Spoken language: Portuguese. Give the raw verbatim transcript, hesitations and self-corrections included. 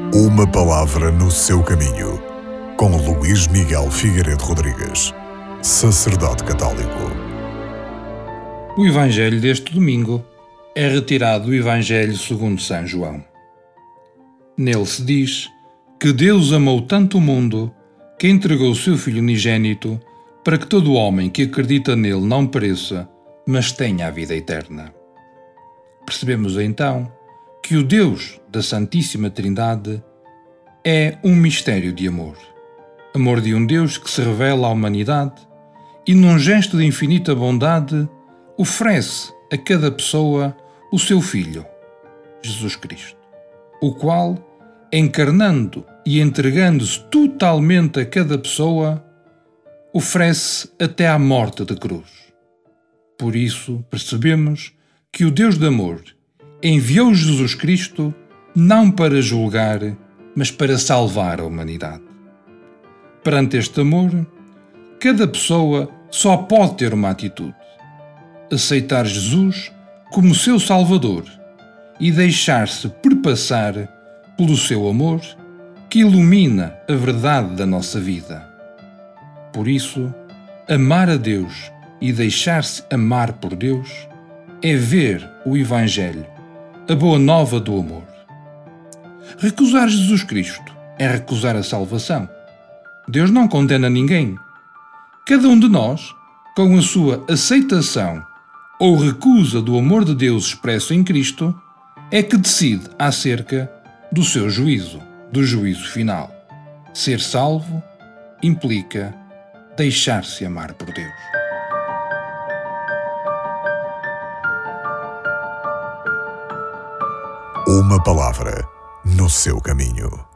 Uma palavra no seu caminho, com Luís Miguel Figueiredo Rodrigues, sacerdote católico. O Evangelho deste domingo é retirado do Evangelho segundo São João. Nele se diz que Deus amou tanto o mundo que entregou o seu Filho unigênito para que todo homem que acredita nele não pereça, mas tenha a vida eterna. Percebemos então que o Deus da Santíssima Trindade é um mistério de amor. Amor de um Deus que se revela à humanidade e, num gesto de infinita bondade, oferece a cada pessoa o seu Filho, Jesus Cristo, o qual, encarnando e entregando-se totalmente a cada pessoa, oferece até à morte de cruz. Por isso, percebemos que o Deus de amor enviou Jesus Cristo não para julgar, mas para salvar a humanidade. Perante este amor, cada pessoa só pode ter uma atitude: aceitar Jesus como seu Salvador e deixar-se perpassar pelo seu amor que ilumina a verdade da nossa vida. Por isso, amar a Deus e deixar-se amar por Deus é ver o Evangelho, a boa nova do amor. Recusar Jesus Cristo é recusar a salvação. Deus não condena ninguém. Cada um de nós, com a sua aceitação ou recusa do amor de Deus expresso em Cristo, é que decide acerca do seu juízo, do juízo final. Ser salvo implica deixar-se amar por Deus. Uma palavra no seu caminho.